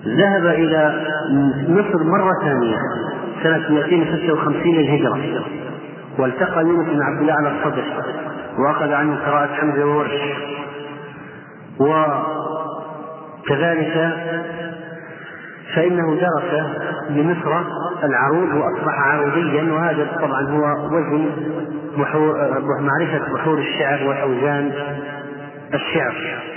ذهب إلى مصر مرة ثانية سنة 256 للهجرة، والتقى يونس بن عبد الله على الصدر وأخذ عنه قراءة حمزة وورش، وكذلك فإنه درس بمصر العروض وأصبح عروضيا، وهذا طبعا هو وزن معرفة بحور الشعر وأوزان الشعر.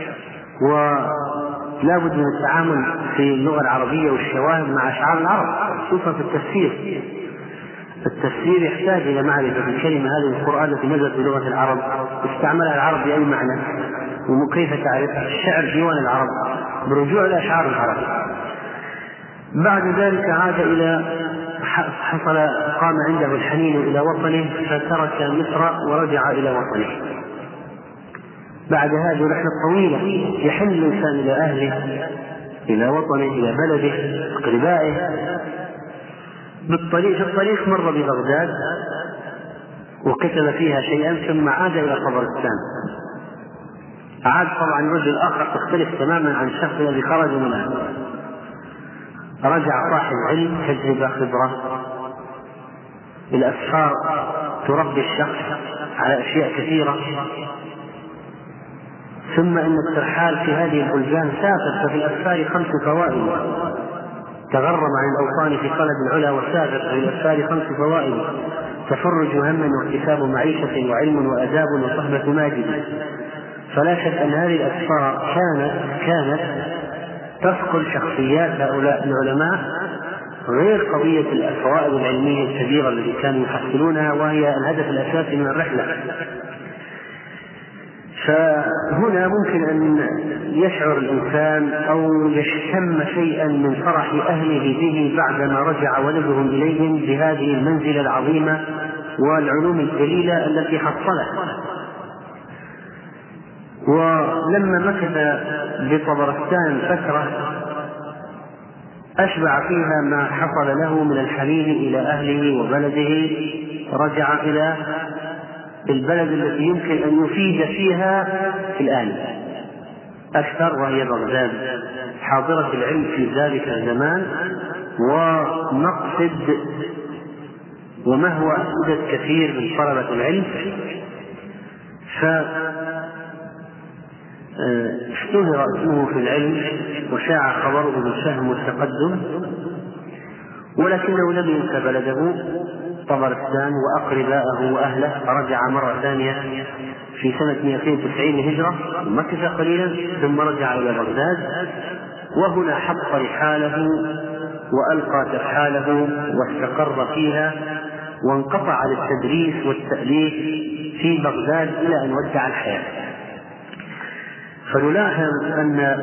ولا بد من التعامل في اللغة العربية والشواهد مع أشعار العرب، خصوصا في التفسير. التفسير يحتاج إلى معرفة الكلمة هذه القرآن التي نزلت بلغة العرب استعملها العرب بأي معنى، وكيف تعرف الشعر ديوان العرب برجوع إلى أشعار العرب. بعد ذلك عاد إلى قام عنده الحنين إلى وطنه فترك مصر ورجع إلى وطنه. بعد هذه رحلة طويلة يحن الإنسان إلى أهله، إلى وطنه، إلى بلده، أقربائه. في الطريق مر ببغداد وكتب فيها شيئا ثم عاد إلى طبرستان. عاد طبعا رجل آخر تختلف تماما عن الشخص الذي خرج منها. رجع صاحب علم، تجربة، خبرة. الأسفار تربي الشخص على أشياء كثيرة. ثم إن الترحال في هذه البلدان سافر، ففي الأسفار 5 فوائد. تغرم عن الأوطان في طلب العلا وسافر، في الأسفار 5 فوائد: تفرج هم واكتساب معيشة وعلم وأداب وصحبة ماجد. فلا شك أن هذه الأسفار كانت تثقل شخصيات هؤلاء العلماء، غير قضية الفوائد العلمية الكبيرة التي كانوا يحصلونها وهي الهدف الأساسي من الرحلة. فهنا ممكن أن يشعر الإنسان أو يشتم شيئا من فرح أهله به بعدما رجع ولدهم إليهم بهذه المنزلة العظيمة والعلوم الجليلة التي حصلها. ولما مكث بطبرستان فترة أشبع فيها ما حصل له من الحنين إلى أهله وبلده، رجع إلى البلد التي يمكن أن يفيد فيها الآن أكثر، وهي بغداد، حاضرة العلم في ذلك الزمان ومقصد ومهوى أفئدة كثير من طلبة العلم. اشتهر اسمه في العلم وشاع خبره بالفهم والتقدم، ولكنه لم ينسى بلده طبرستان وأقرباءه وأهله. فرجع مرة ثانية في سنة 290 هجرة، مكث قليلا ثم رجع إلى بغداد، وهنا حط رحاله وألقى ترحاله واستقر فيها، وانقطع للتدريس والتأليف في بغداد إلى أن ودع الحياة. فنلاحظ أن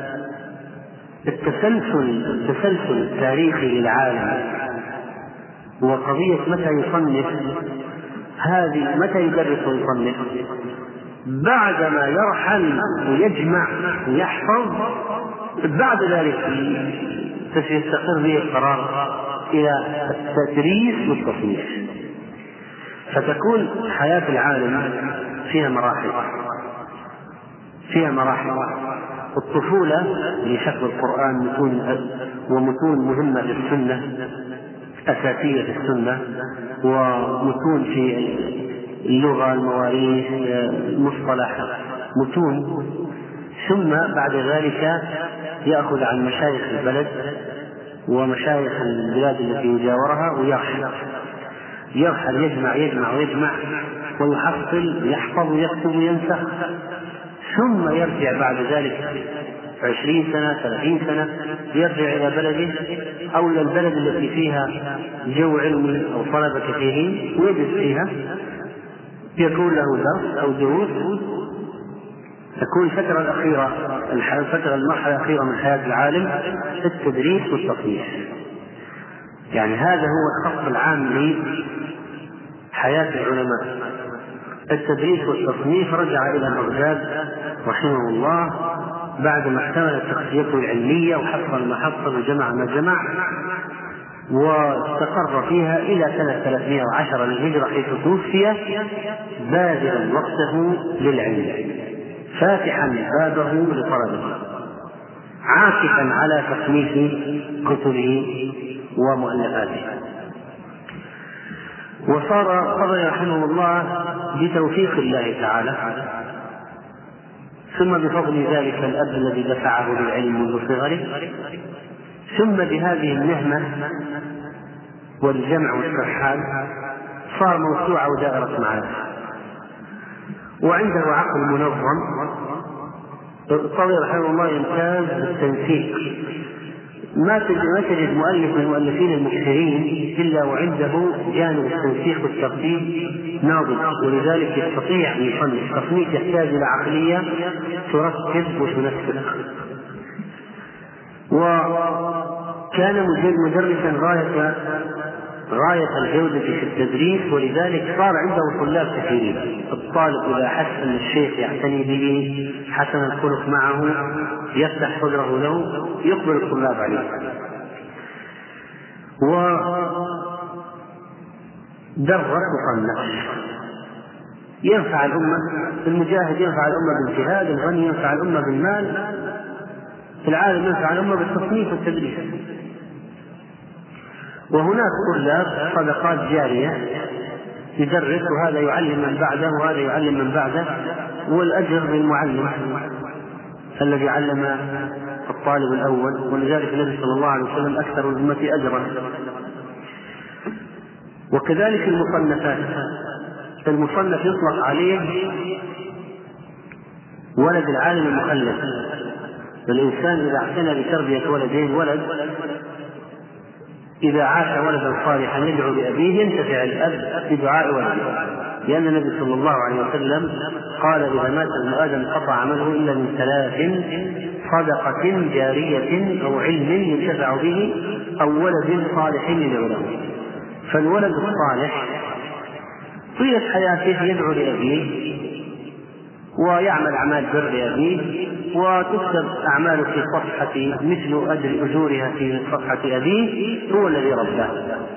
التسلسل التاريخي للعالم وقضية متى يصنف هذه، متى يدرس ويصنف، بعدما يرحل ويجمع ويحفظ، بعد ذلك يستقر به القرار إلى التدريس والتصنيف. فتكون حياة العالم فيها مراحل. الطفولة لشكل القرآن ومتون مهمة في السنة، أساسية في السنة، ومتون في اللغة، المواريث، المصطلح، متون. ثم بعد ذلك يأخذ عن مشايخ البلد ومشايخ البلاد التي يجاورها ويرحل يجمع ويحصل، يحفظ ويكتب وينسخ، ثم يرجع بعد ذلك 20 سنة 30 سنة يرجع إلى بلده أو إلى البلد التي فيها جو علمي أو طلبة كثيرين ويدرس فيها، يكون له درس أو دروس. تكون المرحلة الأخيرة من حياة العالم التدريس والتصنيف. يعني هذا هو الخط العام لحياة العلماء، التدريس والتصنيف. رجع إلى بغداد رحمه الله بعدما اكتملت شخصيته العلمية وحصل ما حصل وجمع ما جمع، واستقر فيها إلى سنة 310 للهجرة، حيث توفي باذلا وقته للعلم، فاتحا بابه لطلبه. عاكفا على تصنيف كتبه ومؤلفاته. وصار الطبري رحمه الله بتوفيق الله تعالى ثم بفضل ذلك الأب الذي دفعه للعلم منذ صغره ثم بهذه النهمة والجمع والترحال صار موسوعة ودائرة معارف، وعنده عقل منظم. الطبري رحمه الله يمتاز بالتنسيق، ما تجد مؤلف من المؤلفين المكثرين إلا وعنده جانب التنسيق والترتيب ناضج، ولذلك يستطيع أن يصنف. تصنيف يحتاج إلى عقلية ترتب وتنسق. وكان مدرسا غاية الجودة في التدريس، ولذلك صار عنده طلاب كثيرين. الطالب إذا حس أن الشيخ يعتني به حسن الخلق معه يفتح صدره له يقبل الطلاب عليه. ودرس وصنف، ينفع الأمة. المجاهد ينفع الأمة بالجهاد، الغني ينفع الأمة بالمال، العالم ينفع الأمة بالتصنيف والتدريس. وهناك طلاب صدقات جارية يدرس، وهذا يعلم من بعده وهذا يعلم من بعده، والأجر للمعلم الذي علم الطالب الأول. ولذلك النبي صلى الله عليه وسلم أكثر الأمة أجرا. وكذلك المصنفات، المصنف يطلق عليه ولد العالم المخلف. الإنسان إذا اعتنى بتربية ولدين، ولد إذا عاش ولدا صالحا يدعو لأبيه ينتفع الأب بدعاء ولده، لأن النبي صلى الله عليه وسلم قال: إذا مات ابن آدم انقطع عمله إلا من 3: صدقة جارية أو علم ينتفع به أو ولد صالح يدعو له. فالولد الصالح طيلة حياته يدعو لأبيه ويعمل أعمال بر لأبيه، وتكتب أعماله في صفحة مثل أجورها في صفحة أبيه، هو الذي رباه.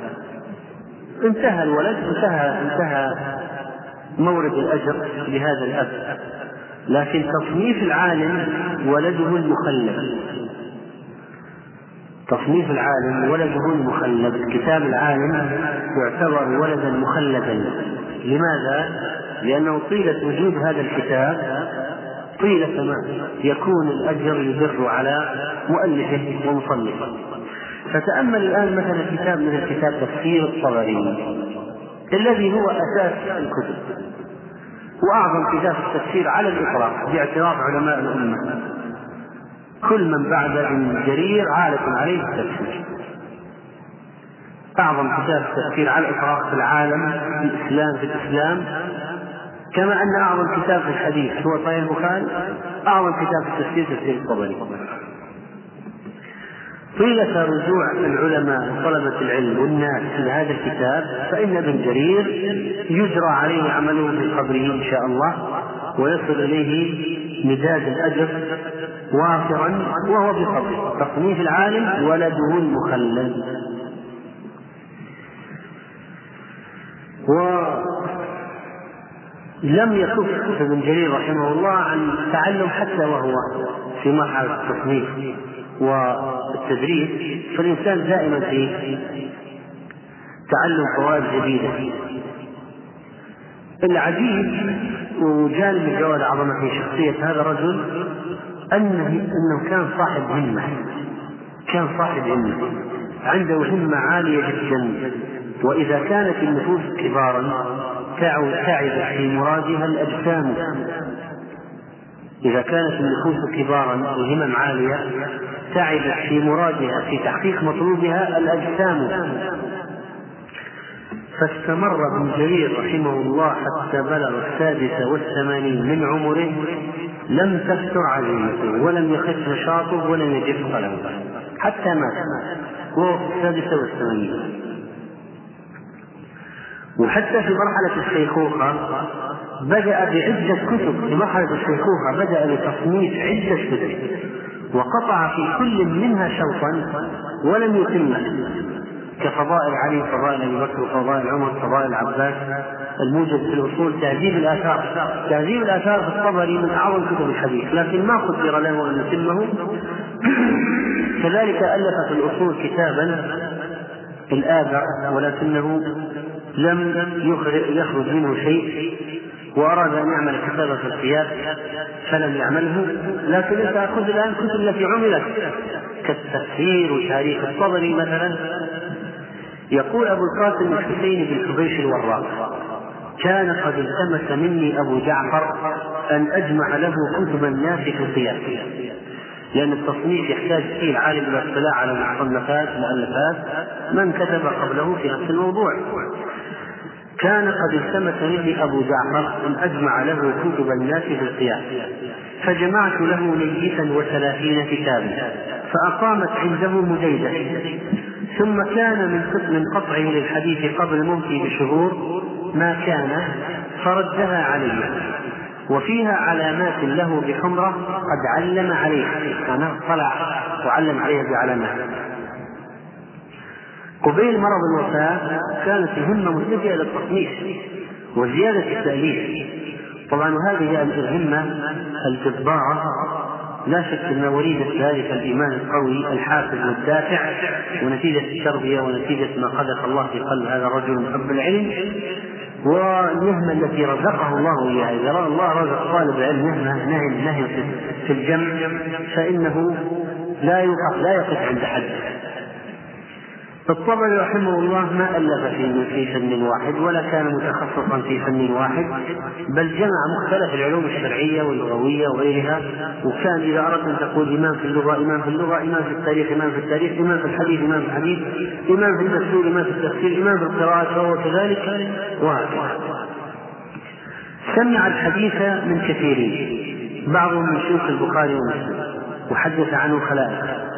انتهى الولد، انتهى مورد الأجر لهذا الأب. لكن تصنيف العالم ولده المخلد، تصنيف العالم ولده المخلد. كتاب العالم يعتبر ولدا مخلدا. لماذا؟ لأنه طيلة وجود هذا الكتاب، طيلة ما يكون الأجر يدر على مؤلفه ومصنفه. فتأمل الآن مثلا كتاب من الكتاب تفسير الطبري الذي هو أساس الكتب وأعظم كتاب التفسير على الإطلاق باعتراف علماء الأمة. كل من بعد ابن جرير عالة عليه التفسير. أعظم كتاب التفسير على الإطلاق في العالم في الإسلام، كما أن أعظم كتاب في الحديث هو صحيح البخاري، أعظم كتاب في التفسير تفسير الطبري. طيلة رجوع العلماء وطلبة العلم والناس إلى هذا الكتاب فإن ابن جرير يجرى عليه عمله في قبره إن شاء الله، ويصل إليه مداد الأجر وافرا وهو في قبره. تصنيف العالم ولده المخلد. ولم يكف ابن جرير رحمه الله عن التعلم حتى وهو في مرحلة التصنيف والتدريس، فالإنسان دائما في تعلم فوائد جديدة. العجيب وجانب من جوانب عظمة في شخصية هذا الرجل أنه كان صاحب همة، عنده همة عالية جدا. وإذا كانت النفوس كبارا تعب في مرادها الأجسام، إذا كانت النفوس كبارا والهمم عالية تعبت في مرادها في تحقيق مطلوبها الأجسام. فاستمر ابن جرير رحمه الله حتى بلغ 86 من عمره، لم تفتر عزيمته ولم يخف نشاطه ولم يجف قلمه حتى مات وهو في 86. وحتى في مرحلة الشيخوخة بدأ بعدة كتب، في مرحلة الشيخوخة بدأ بتصنيف عدة كتب وقطع في كل منها شوطا ولم يتمه، كفضائل علي، فضائل أبي بكر، فضائل عمر، فضائل العباس، الموجب في الأصول، تهذيب الآثار. تهذيب الآثار في الطبري من أعظم كتب الحديث، لكن ما قدر له أن يتمه كذلك ألف في الأصول كتابا الآبع، ولكنه لم يخرج منه شيء، وأراد أن يعمل كتابا في القياس فلم يعمله. لكن أنت خذ الآن كتب التي عملت كالتفسير وتاريخ الطبري مثلا. يقول أبو القاسم الحسين بن حبيش الوراق: كان قد التمس مني أبو جعفر أن أجمع له كتب الناس في القياس، لأن التصنيف يحتاج فيه العالم إلى الاطلاع على مصنفات مؤلفات من كتب قبله في نفس الموضوع. كان قد التمس مني أبو جعفر أن أجمع له كتب الناس في القياس، فجمعت له 130 كتابا، فأقامت عنده مجيدة. ثم كان من قطعه للحديث قبل موته بشهور ما كان، فردها علي، وفيها علامات له بحمرة قد علم عليها، أنا طلع وعلم عليها بعلامات. قبيل مرض الوفاة كانت الهمة متجهة إلى التصنيف وزيادة التأليف. طبعا هذه الهمة الجبارة لا شك أنها وليدة ذلك الإيمان القوي الحافز والدافع، ونتيجة التربية ونتيجة ما قذف الله في قلب هذا الرجل من حب العلم، والنهمة التي رزقه الله إياها. إذا رأى الله رزق طالب العلم نهي في الجمع فإنه لا يقف عند حد. الطبري رحمه الله ما ألف في فن واحد ولا كان متخصصا في فن واحد، بل جمع مختلف العلوم الشرعية واللغوية وغيرها. وكان إذا أردت أن تقول إمام في اللغة إمام في اللغة، إمام في التاريخ إمام في التاريخ، إمام في الحديث إمام في الحديث، إمام في التفسير إمام في التفسير، إمام في القراءات فهو كذلك، وهكذا. سمع الحديث من كثيرين، بعضهم من شيوخ البخاري ومسلم، وحدث عنه خلائق.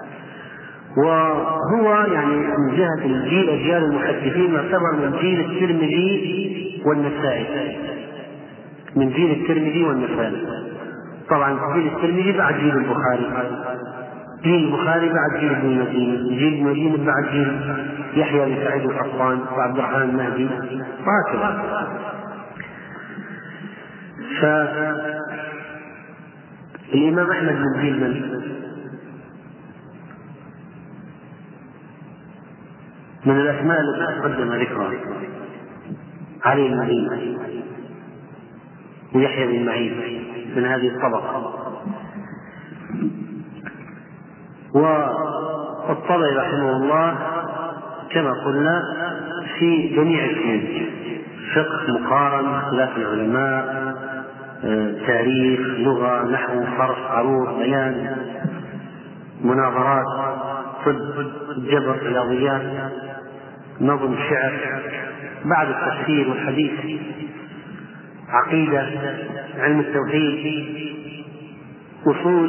وهو يعني من جهة الجيل أجيال المحدثين يعتبر من جيل الترمذي والنسائي، من جيل الترمذي والنسائي. طبعا جيل الترمذي بعد جيل البخاري، جيل البخاري بعد جيل ابن المديني، جيل ابن المديني بعد جيل يحيى بن سعيد القطان وعبد الرحمن المهدي وهكذا. فالإمام أحمد من جيل من الأسماء التي تقدم ذكرها علي المديني ويحيى بن معين من هذه الطبقة. والطبري رحمه الله كما قلنا في جميع الفنون، فقه، مقارن، اختلاف العلماء، تاريخ، لغة، نحو، صرف، عروض، بيان، مناظرات، طب، جبر، رياضيات، نظم، شعر، بعد التفسير والحديث، عقيدة، علم التوحيد، أصول.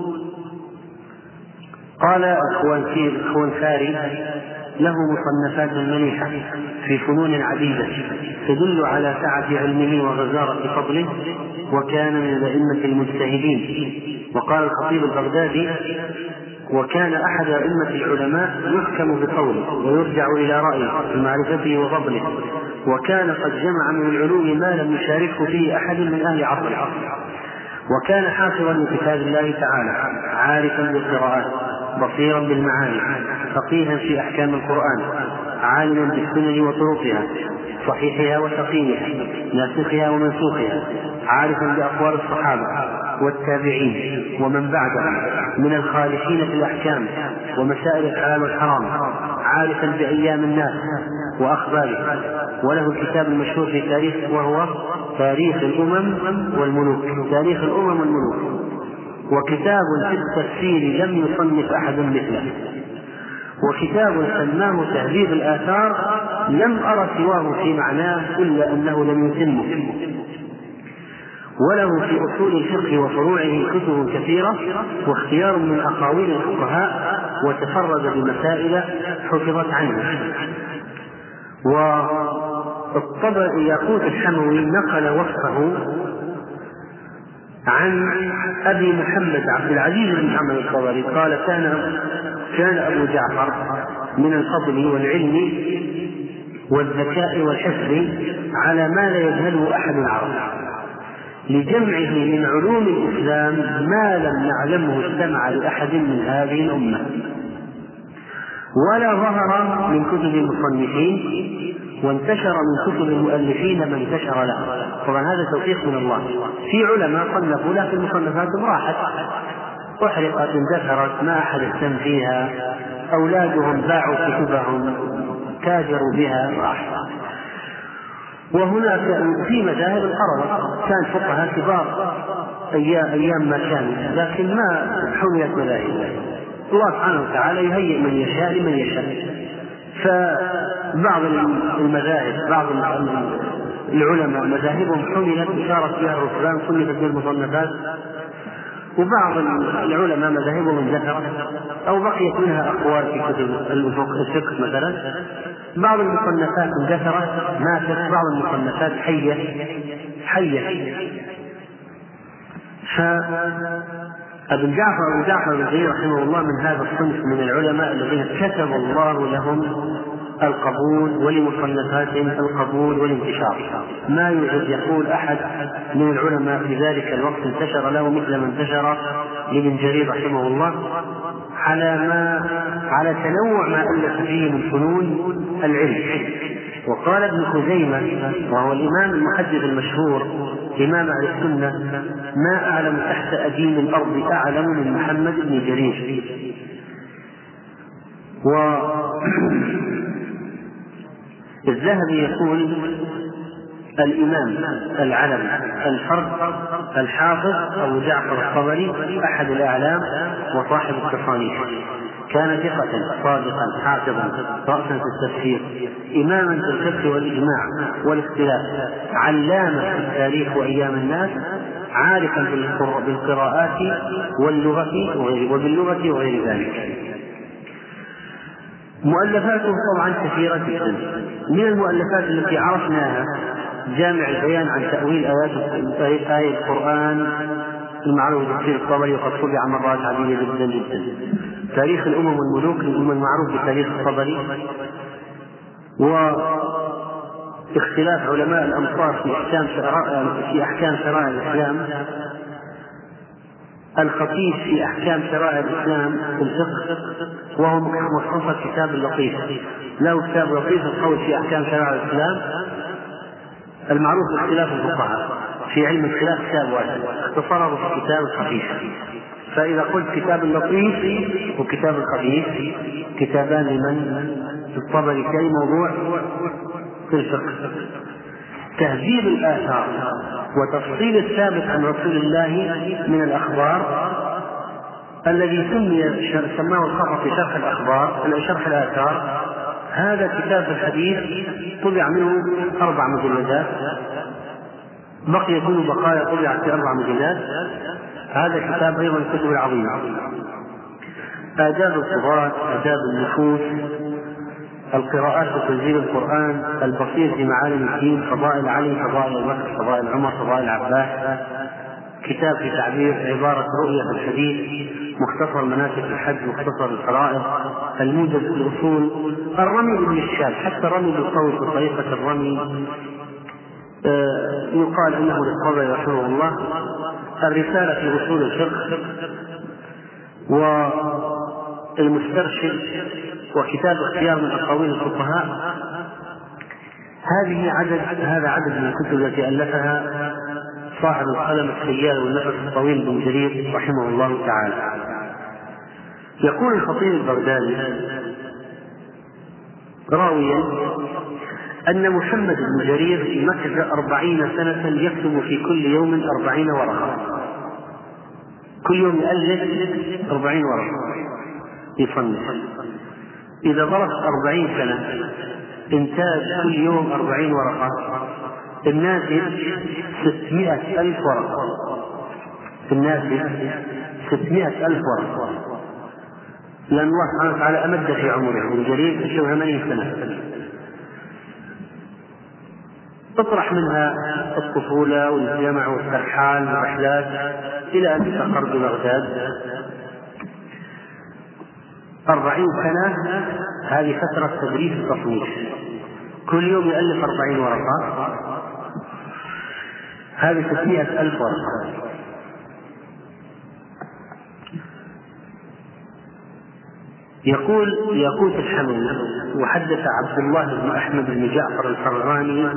قال أخوان ثاري له مصنفات مليحة في فنون عديدة تدل على سعة علمه وغزارة فضله، وكان من الأئمة المجتهدين. وقال الخطيب البغدادي: وكان أحد أئمة العلماء يحكم بقوله ويرجع إلى رأيه في معرفته وفضله، وكان قد جمع من العلوم ما لم يشاركه فيه أحد من أهل عصره، وكان حافظا لكتاب الله تعالى، عارفا بالقراءات، بصيرا بالمعاني، فقيها في أحكام القرآن، عالما بالسنن وطرقها، صحيحها وسقيمها، ناسخها ومنسوخها، عارفا بأقوال الصحابة والتابعين ومن بعدهم من الخالفين في الأحكام ومسائل الحلال والحرام، عارفا بأيام الناس وأخبارها. وله الكتاب المشهور في تاريخ وهو تاريخ الأمم والملوك، تاريخ الأمم والملوك، وكتاب في التفسير لم يصنف أحد مثله، وكتاب سماه تهذيب الآثار لم أرى سواه في معناه إلا أنه لم يتمه. وله في أصول الفقه وفروعه كتب كثيرة واختيار من أقاويل الفقهاء، وتفرد بمسائل حفظت عنه. والطبري ياقوت الحموي نقل وصفه عن أبي محمد عبد العزيز بن محمد الطبري قال: كان أبو جعفر من الفضل والعلم والذكاء والحفظ على ما لا يجهله أحد العرب، لجمعه من علوم الإسلام ما لم نعلمه اجتمع لأحد من هذه الأمة، ولا ظهر من كتب المصنفين وانتشر من كتب المؤلفين ما انتشر له. طبعا هذا توفيق من الله. في علماء صنفوا لكن مصنفاتهم راحت، أحرقت، اندثرت، ما أحد اهتم فيها، أولادهم باعوا كتبهم، تاجروا بها، راح. وهناك في مذاهب انقرضت، كان فقهاء كبار أيام ما كان، لكن ما حملت مذاهب. الله سبحانه وتعالى يهيئ من يشاء لمن يشاء. فبعض المذاهب، بعض العلماء مذاهبهم حملت وصارت بها الركبان، صنفت بالمصنفات، وبعض العلماء مذاهبهم اندثرت أو بقيت منها أقوال في كتب الفقه مثلا. بعض المصنفات اندثرت ماتت، بعض المصنفات حية. فابن جعفر بن جرير رحمه الله من هذا الصنف من العلماء الذين كتب الله لهم القبول، ولمصنفاتهم القبول والانتشار. ما يوجد يقول أحد من العلماء في ذلك الوقت انتشر له مثل ما انتشر لابن جرير رحمه الله، على تنوع ما ألف فيه من فنون العلم. وقال ابن خزيمة وهو الإمام المحدث المشهور إمام أهل السنة: ما أعلم تحت أديم الأرض أعلم من محمد بن جرير. الذهبي يقول: الإمام العلم الفرد الحافظ أبو جعفر الطبري أحد الأعلام وصاحب التصانيف، كان ثقة صادقا حافظا رأسا في التفسير، إماما في الفقه والإجماع والاختلاف، علاما في التاريخ وأيام الناس، عارفا بالقراءات وباللغة وغير ذلك. مؤلفاته طبعا كثيرة جدا. من المؤلفات التي عرفناها جامع البيان عن تأويل آية القرآن المعروف بتفسير الطبري وقد طبع مرات عديدة جدا. تاريخ الأمم والملوك المعروف بتاريخ الطبري، واختلاف علماء الأمصار في أحكام شرائع الإسلام، الخطيب في أحكام شرائع الإسلام في الفقه وهو مختصر كتاب اللطيف، له كتاب لطيف القول في أحكام شرائع الإسلام المعروف باختلاف الفقهاء في علم الخلاف، كتاب واحد اختصره في كتاب الخفيف. فإذا قلت كتاب اللطيف وكتاب الخفيف كتابان لمن؟ الطبري في أي موضوع؟ في الفقه. تهذيب الآثار وتفصيل الثابت عن رسول الله من الأخبار الذي سماه الخطأ شرح الأخبار شرح الآثار. هذا كتاب الحديث طبع منه 4 مجلدات، بقيت منه بقايا طبعت في 4 مجلدات. هذا كتاب أيضا الكتب العظيمة. آداب القراء، آداب النفوس، القراءات وتنزيل القرآن، البصير في معالم الدين، فضائل علي، فضائل أبي بكر، فضائل عمر، فضائل عباس، كتاب في تعبير عبارة رؤية في الحديث، مختصر مناسك الحج، مختصر الفرائض، الموجز في الأصول، الرمي بالمشكال، حتى الرمي بالقول بطريقة الرمي يقال أنه للطبري رحمه الله، الرسالة في أصول الفقه، والمسترشد، وكتاب اختيار من أقاويل الفقهاء. هذا عدد من الكتب التي ألفها صاحب القلم السيال والنفس الطويل بن جرير رحمه الله تعالى. يقول الخطيب البغدادي راويا أن محمد بن جرير مكث 40 سنة يكتب في كل يوم 40 ورقة، كل يوم يألف 40 ورقة يصنف. إذا ضربت 40 سنة إنتاج كل يوم 40 ورقة، الناتج 600,000 ورقة. الناتج 600,000 ورقة، لأن الله سبحانه وتعالى أمد في عمره. ابن جرير 80 سنة، تطرح منها الطفولة والجامعة والترحال والرحلات إلى أن استقر ببغداد. 40 سنة هذه فترة تدريس التصنيف، كل يوم يؤلف 40 ورقة. هذه 600,000 ورقة. يقول ياقوت الحموي: وحدث عبد الله بن أحمد بن جعفر الفرغاني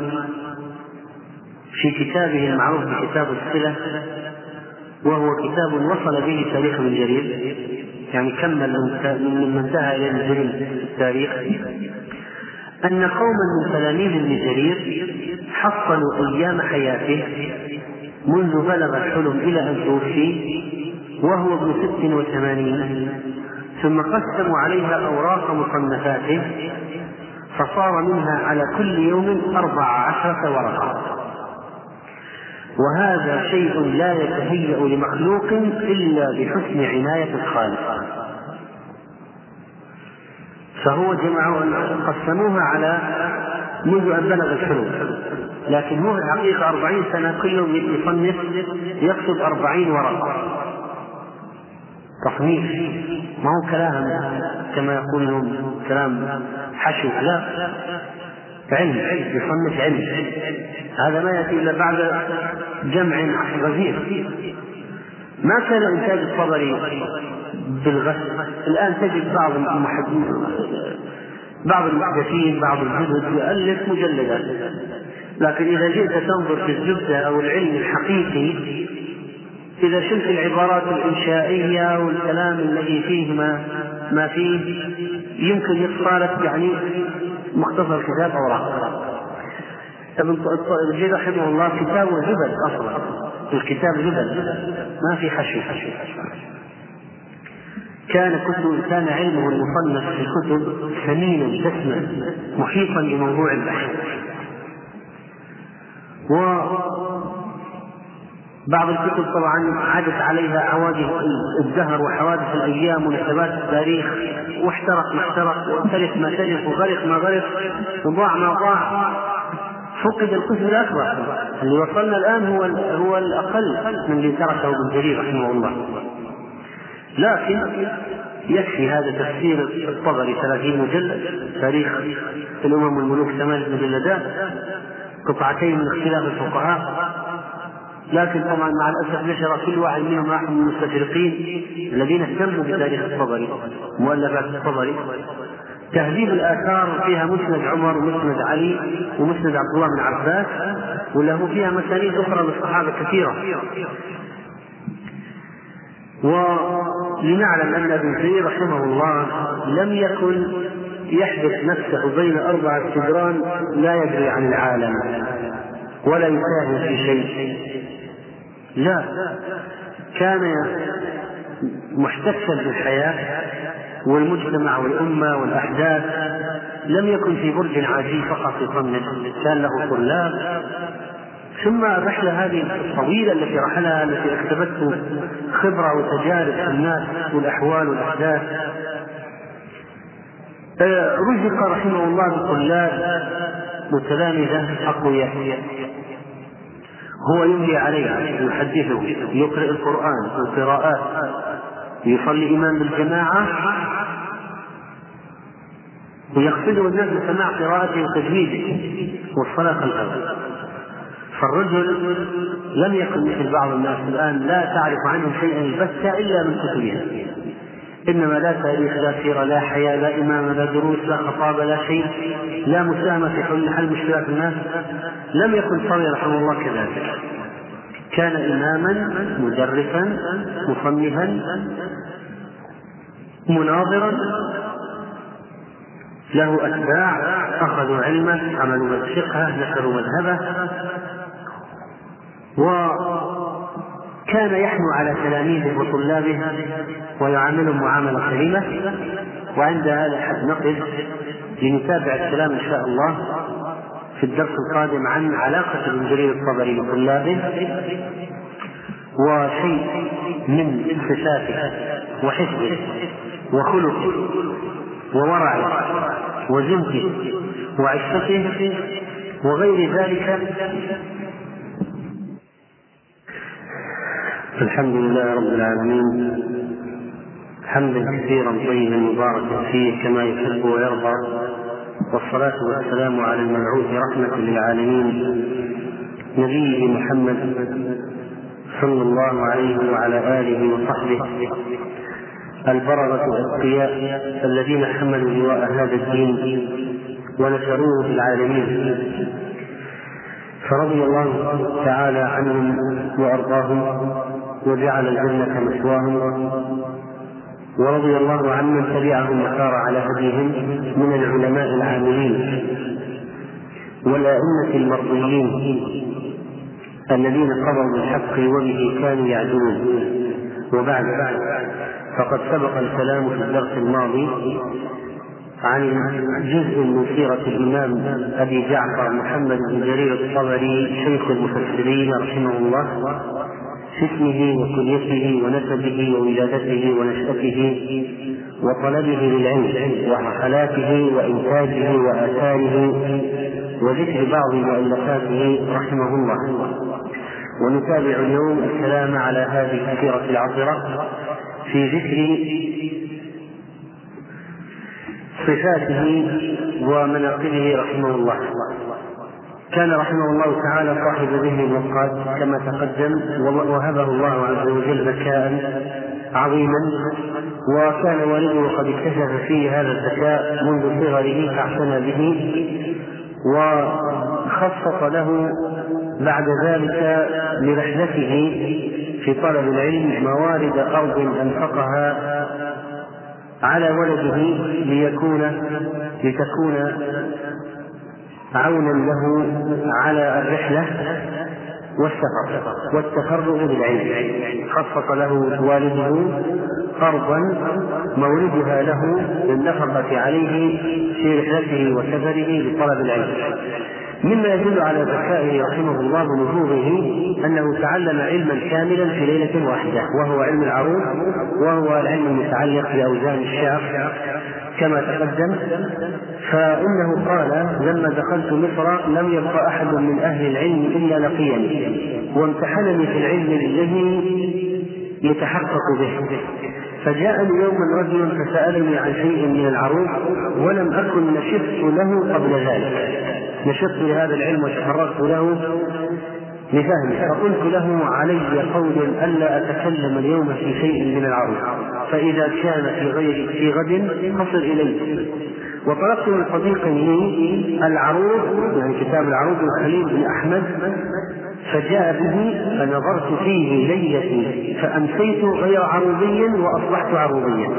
في كتابه المعروف بكتاب الصلة، وهو كتاب وصل به تاريخ ابن جرير، يعني كمل من انتهى إلى ابن جرير في التاريخ، أن قوما من تلاميذ ابن جرير حصلوا أيام حياته منذ بلغ الحلم إلى أن توفي وهو ابن 86، ثم قسموا عليها أوراق مصنفاته فصار منها على كل يوم 14 ورقة، وهذا شيء لا يتهيأ لمخلوق إلا بحسن عناية الخالق. فهو قسموها على منذ أن بلغ الحلم، لكن هو الحقيقة 40 سنة كل يوم يصنف، يكتب 40 ورقة تصنيف، ما هو كلام كما يقولون كلام حشو، لا، علم، يصنف علم. هذا ما يأتي إلا بعد جمع غزير. ما كان إنتاج الطبري بالغسل. الآن تجد بعض المحدثين بعض الجدد يؤلف مجلدات، لكن إذا جئت تنظر في الزبدة أو العلم الحقيقي، إذا شلت العبارات الإنشائية والكلام الذي فيه ما فيه، يمكن يصالك يعني مختصر كتاب أوراق. ابن الجزري رحمه الله كتابه زبد أصلا، الكتاب زبد ما في حشو. كان علمه المصنف في الكتب ثمينا دسما محيطا بموضوع البحث. وبعض الكتب طبعا عادت عليها حوادث الدهر وحوادث الأيام ونسبات التاريخ، واحترق ما احترق، وتلف ما تلف، وغرق ما غرق، وضاع ما ضاع، فقد القسم الأكبر. اللي وصلنا الآن هو الأقل من اللي تركه ابن جرير رحمه الله. لكن يكفي هذا تفسير الطبري 30 مجلد، تاريخ الأمم والملوك 8 مجلدات، قطعتين من اختلاف الفقهاء. لكن طبعا مع الأسف نشر كل واحد منهم واحد من المستشرقين الذين اهتموا بتاريخ الطبري، مؤلفات الطبري. تهذيب الآثار فيها مسند عمر ومسند علي ومسند عبد الله بن عباس، وله فيها مسانيد أخرى للصحابة كثيرة. ولنعلم أن ابن جرير رحمه الله لم يكن يحدث نفسه بين 4 جدران لا يدري عن العالم ولا يساهم في شيء، لا، كان محتفا بالحياة والمجتمع والأمة والأحداث. لم يكن في برج عاجي فقط يصنف، كان له طلاب. ثم الرحلة هذه الطويلة التي رحلها، التي اكتسبته خبرة وتجارب في الناس والأحوال والأحداث، رزق رحمه الله بطلاب متلامذة أقوياء، هو يملي عليه، يحدثه، يقرأ القرآن والقراءات، يصلي إمام بالجماعة، ويقصده الناس بسماع قراءته وتجويده والصلاة خلفه. فالرجل لم يكن مثل بعض الناس الآن لا تعرف عنهم شيئا البتة إلا من كتبهم، إنما لا تاريخ، لا سيرة، لا حياة، لا إمامة، لا دروس، لا خطابة، لا شيء، لا مساهمة في حل مشكلات الناس. لم يكن الطبري رحمه الله كذلك، كان إماما مدرسا مصنفا مناظرا، له أتباع أخذوا علمه، عملوا فقهه، نشروا مذهبه، وكان يحنو على تلاميذه وطلابه ويعاملهم معاملة كريمة. وعند هذا الحد نقف لنتابع الكلام إن شاء الله في الدرس القادم عن علاقة ابن جرير الطبري بطلابه، وشيء من صفاته وحفظه وخلقه وورعه وزهده وعفته وغير ذلك. الحمد لله رب العالمين، حمدا كثيرا طيبا مباركا فيه كما يحب ويرضى، والصلاة والسلام على المبعوث رحمة للعالمين نبيه محمد صلى الله عليه وعلى آله وصحبه البررة الأتقياء الذين حملوا لواء هذا الدين ونشروه في العالمين، فرضي الله تعالى عنهم وأرضاهم وجعل الجنة مثواهم، ورضي الله عمن تبعهم وسار على هديهم من العلماء العاملين والأئمة المرضيين الذين قضوا بالحق وبه كانوا يعدلون. وبعد، فقد سبق الكلام في الدرس الماضي عن جزء من سيرة الإمام أبي جعفر محمد بن جرير الطبري شيخ المفسرين رحمه الله، في اسمه وكنيته ونسبه وولادته ونشأته وطلبه للعلم وحفلاته وإنتاجه وآثاره وذكر بعض مؤلفاته رحمه الله. ونتابع اليوم الكلام على هذه السيرة العطرة في ذكر صفاته ومناقبه رحمه الله. كان رحمه الله تعالى صاحب ذهن الوقاد كما تقدم، وهبه الله عز وجل ذكاء عظيما، وكان والده قد اكتشف فيه هذا الذكاء منذ صغره فاعتنى به، وخصص له بعد ذلك لرحلته في طلب العلم موارد أرض أنفقها على ولده لتكون عونا له على الرحلة والسفر والتفرغ للعلم. خصص له والده أرضا موردها له للنفقة عليه في رحلته وسفره لطلب العلم. مما يدل على ذكائه رحمه الله ونفوذه أنه تعلم علما كاملا في ليلة واحدة، وهو علم العروض، وهو العلم المتعلق بأوزان الشعر كما تقدم. فإنه قال: لما دخلت مصر لم يبق أحد من أهل العلم إلا لقيني وامتحنني في العلم الذي يتحقق به، فجاءني يوما رجل فسألني عن شيء من العروض ولم أكن نشطت له قبل ذلك، نشطت لهذا العلم وتفرغت له لفهمه، فقلت له: علي قول ألا أتكلم اليوم في شيء من العروض، فإذا كان في غد فصل إليه. وطلبت من صديق لي العروض، يعني كتاب العروض الخليل بن أحمد، فجاء به فنظرت فيه ليلتي فأمسيت غير عروضي وأصبحت عروضيا،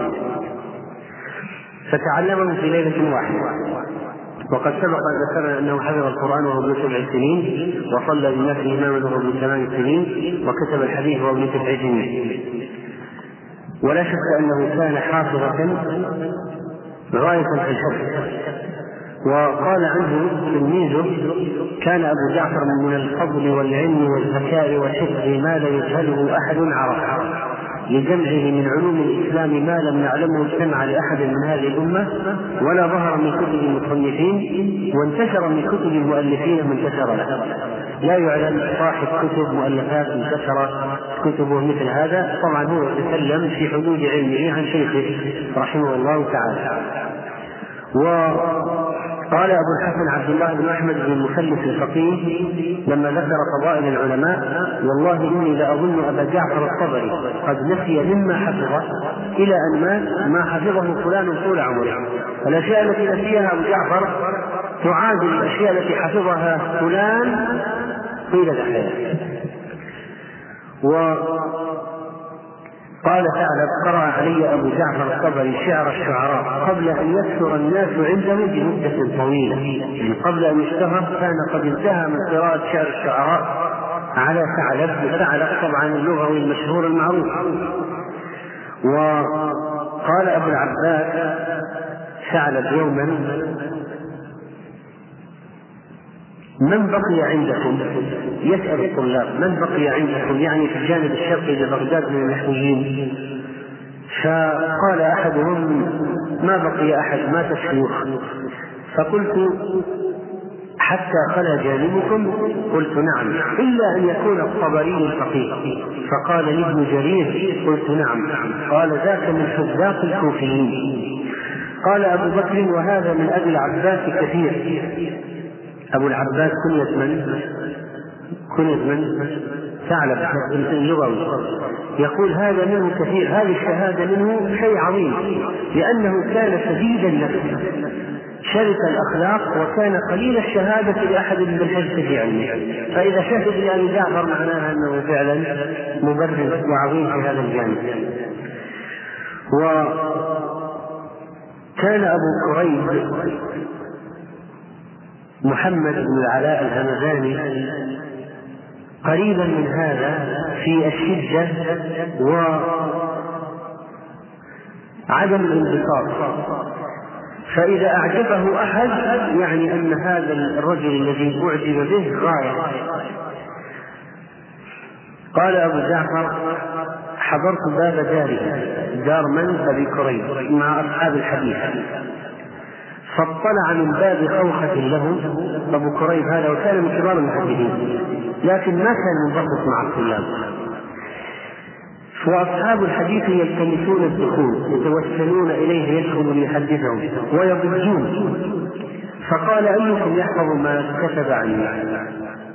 فتعلمه في ليلة واحدة. وقد سبق أن ذكرنا أنه حفظ القرآن وهو ابن 7 سنين، وصلى بالناس إماما وهو ابن 8 سنين، وكتب الحديث وهو ابن 9 سنين. ولا شك أنه كان حافظة غاية في الحفظ. وقال عنه تلميذه: كان أبو جعفر من الفضل والعلم والذكاء والحفظ ما لا يجهله أحد عرفه، لجمعه من علوم الإسلام ما لم يعلمه اجتمع لأحد من هذه الأمة، ولا ظهر من كتب المصنفين، وانتشر من كتب المؤلفين من انتشر له. لا يعلم صاحب كتب مؤلفات انتشر كتبه مثل هذا. طبعا هو يتكلم في حدود علمه عن شيخه رحمه الله تعالى. وقال أبو الحسن عبد الله بن أحمد بن المخلص الفقيه لما ذكر فضائل العلماء: والله إني لأظن أبا جعفر الطبري قد نسي مما حفظه إلى أن مات ما حفظه فلان طول عمره. الأشياء التي نسيها أبو جعفر تعادل الأشياء التي حفظها فلان طيلة حياته. قال ثعلب: قرأ علي أبو جعفر الطبري شعر الشعراء قبل أن يكثر الناس عنده بمدة طويلة، يعني قبل أن يشتهر كان قد انتهى من قراءة شعر الشعراء على ثعلب، وثعلب طبعا اللغوي المشهور المعروف. وقال أبو العباس ثعلب يوما: من بقي عندكم؟ يسأل الطلاب: من بقي عندكم؟ يعني في الجانب الشرقي لبغداد من النحويين. فقال أحدهم: ما بقي أحد، مات الشيوخ. فقلت: حتى خلا جانبكم؟ قلت: نعم، إلا أن يكون الطبري الفقيه. فقال لي: ابن جرير؟ قلت: نعم. قال: ذاك من حذاق الكوفيين. قال أبو بكر: وهذا من أبي العباس كثير. أبو العباس كنية من؟ كنية من؟ ثعلب اللغوي. يقول هذا منه كثير، هذه الشهادة منه شيء عظيم، لأنه كان شديد النفس شرس الأخلاق، وكان قليل الشهادة لأحد بالحديث في علمه. فإذا شهد لأبي جعفر معناها أنه فعلا مبرز وعظيم في هذا الجانب. وكان أبو كريب محمد بن العلاء الهمداني قريبا من هذا في الشدة وعدم الانبساط، فإذا أعجبه أحد يعني أن هذا الرجل الذي أعجب به غاية. قال أبو جعفر حضرت باب داره، دار من؟ أبي كريب، مع أصحاب الحديث، فاطلع من باب خوخة له أبو كريب هذا، وكان من كبار المحدثين لكن ما كان منضبط مع الطلاب، وأصحاب الحديث يلتمسون الدخول، يتوسلون إليه يدخل ليحدثهم ويضجون، فقال أيكم يحفظ ما كتب عني؟